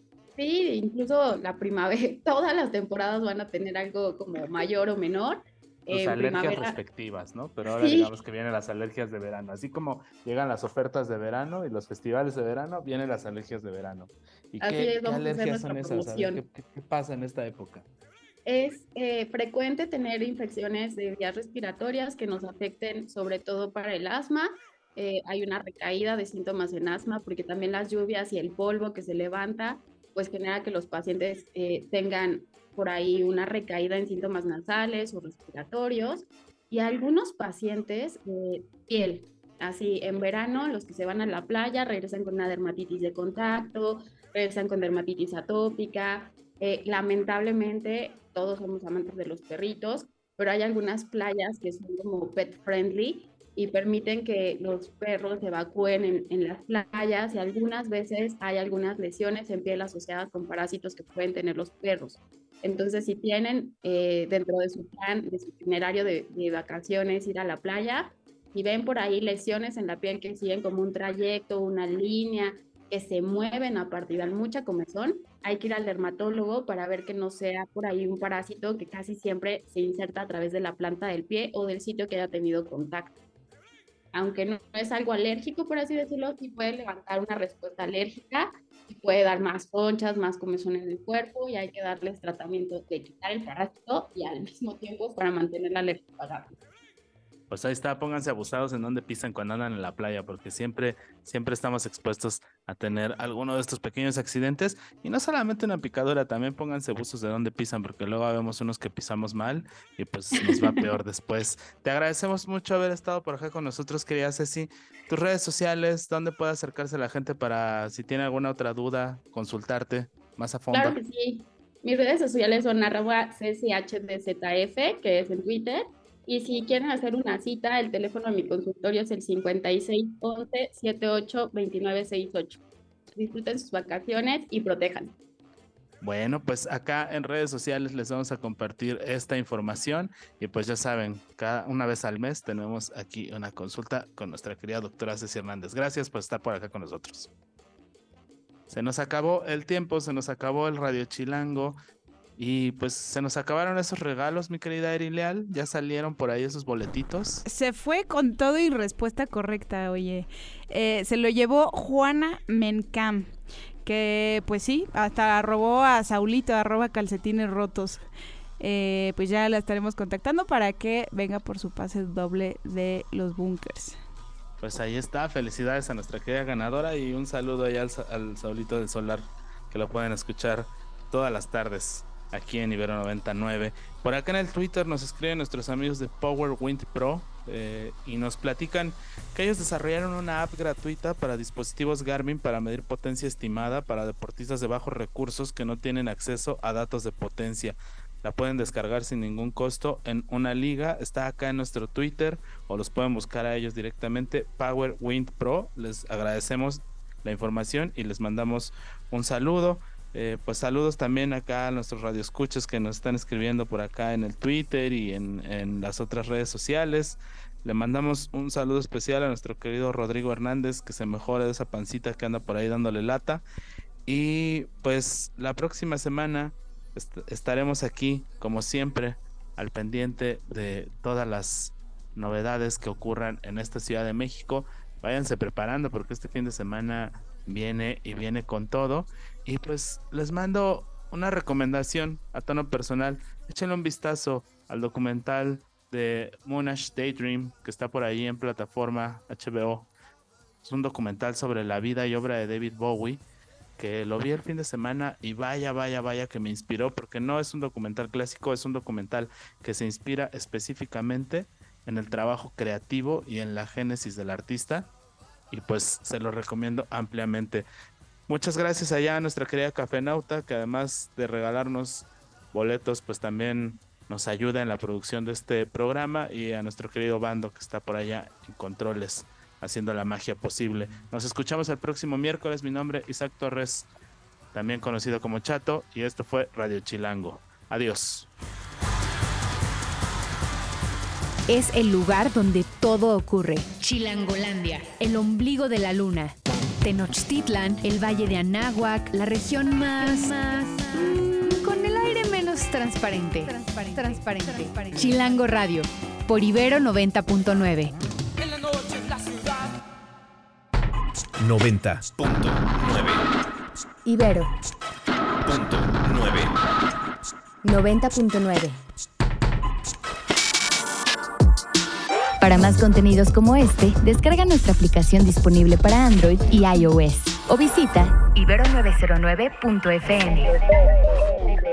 Sí, incluso la primavera, todas las temporadas van a tener algo como mayor o menor. Sus En alergias primavera, respectivas, ¿no? Pero ahora sí, digamos que vienen las alergias de verano. Así como llegan las ofertas de verano y los festivales de verano, vienen las alergias de verano. ¿Y así qué, es, qué vamos a hacer alergias son nuestra esas? A ver, promoción. ¿qué, qué, qué pasa en esta época? Es eh, frecuente tener infecciones de vías respiratorias que nos afecten sobre todo para el asma. Eh, hay una recaída de síntomas en asma porque también las lluvias y el polvo que se levanta pues genera que los pacientes eh, tengan por ahí una recaída en síntomas nasales o respiratorios y algunos pacientes de piel. Así, en verano, los que se van a la playa regresan con una dermatitis de contacto, regresan con dermatitis atópica. Eh, lamentablemente, todos somos amantes de los perritos, pero hay algunas playas que son como pet friendly y permiten que los perros se evacúen en, en las playas y algunas veces hay algunas lesiones en piel asociadas con parásitos que pueden tener los perros. Entonces, si tienen eh, dentro de su plan, de su itinerario de, de vacaciones, ir a la playa y ven por ahí lesiones en la piel que siguen como un trayecto, una línea, que se mueven aparte y dan mucha comezón, hay que ir al dermatólogo para ver que no sea por ahí un parásito que casi siempre se inserta a través de la planta del pie o del sitio que haya tenido contacto. Aunque no es algo alérgico, por así decirlo, sí puede levantar una respuesta alérgica y puede dar más conchas, más comezón en el cuerpo y hay que darles tratamiento de quitar el parásito y al mismo tiempo para mantener la alergia pagada. Pues ahí está, pónganse abusados en donde pisan cuando andan en la playa, porque siempre, siempre estamos expuestos a tener alguno de estos pequeños accidentes. Y no solamente una picadura, también pónganse buzos de donde pisan, porque luego vemos unos que pisamos mal y pues nos va peor después. Te agradecemos mucho haber estado por acá con nosotros, querida Ceci. Tus redes sociales, ¿dónde puede acercarse la gente para, si tiene alguna otra duda, consultarte más a fondo? Claro que sí. Mis redes sociales son arroba C C H D Z F, que es en Twitter. Y si quieren hacer una cita, el teléfono de mi consultorio es el cincuenta y seis once setenta y ocho veintinueve sesenta y ocho. Disfruten sus vacaciones y protéjanse. Bueno, pues acá en redes sociales les vamos a compartir esta información y pues ya saben, cada una vez al mes tenemos aquí una consulta con nuestra querida doctora Ceci Hernández. Gracias por estar por acá con nosotros. Se nos acabó el tiempo, se nos acabó el Radio Chilango. Y pues se nos acabaron esos regalos, mi querida Eri Leal. Ya salieron por ahí esos boletitos. Se fue con todo y respuesta correcta, oye. Eh, se lo llevó Juana Mencam, que pues sí, hasta robó a Saulito, arroba calcetines rotos. Eh, pues ya la estaremos contactando para que venga por su pase doble de los bunkers. Pues ahí está, felicidades a nuestra querida ganadora y un saludo allá al, al Saulito del Solar, que lo pueden escuchar todas las tardes aquí en Ibero noventa y nueve. Por acá en el Twitter nos escriben nuestros amigos de PowerWind Pro eh, y nos platican que ellos desarrollaron una app gratuita para dispositivos Garmin para medir potencia estimada para deportistas de bajos recursos que no tienen acceso a datos de potencia. la pueden descargar sin ningún costo en una liga, está acá en nuestro Twitter o los pueden buscar a ellos directamente, Power Wind Pro. Les agradecemos la información y les mandamos un saludo. Eh, pues saludos también acá a nuestros radioescuchas que nos están escribiendo por acá en el Twitter y en, en las otras redes sociales. Le mandamos un saludo especial a nuestro querido Rodrigo Hernández, que se mejore de esa pancita que anda por ahí dándole lata. Y pues la próxima semana est- estaremos aquí, como siempre, al pendiente de todas las novedades que ocurran en esta Ciudad de México. Váyanse preparando porque este fin de semana viene y viene con todo. Y pues les mando una recomendación a tono personal. Échenle un vistazo al documental de Monash Daydream que está por ahí en plataforma H B O. Es un documental sobre la vida y obra de David Bowie, que lo vi el fin de semana y vaya, vaya, vaya que me inspiró, porque no es un documental clásico, es un documental que se inspira específicamente en el trabajo creativo y en la génesis del artista, y pues se lo recomiendo ampliamente. Muchas gracias allá a nuestra querida Cafenauta, que además de regalarnos boletos, pues también nos ayuda en la producción de este programa, y a nuestro querido Bando, que está por allá en controles, haciendo la magia posible. Nos escuchamos el próximo miércoles. Mi nombre es Isaac Torres, también conocido como Chato, y esto fue Radio Chilango. Adiós. Es el lugar donde todo ocurre. Chilangolandia, el ombligo de la luna. Tenochtitlan, el valle de Anáhuac, la región más... más mmm, con el aire menos transparente. Transparente. Transparente. Transparente. Chilango Radio, por Ibero noventa punto nueve. noventa punto nueve. Ibero Punto nueve. noventa punto nueve. Para más contenidos como este, descarga nuestra aplicación disponible para Android y iOS o visita ibero novecientos nueve punto f m.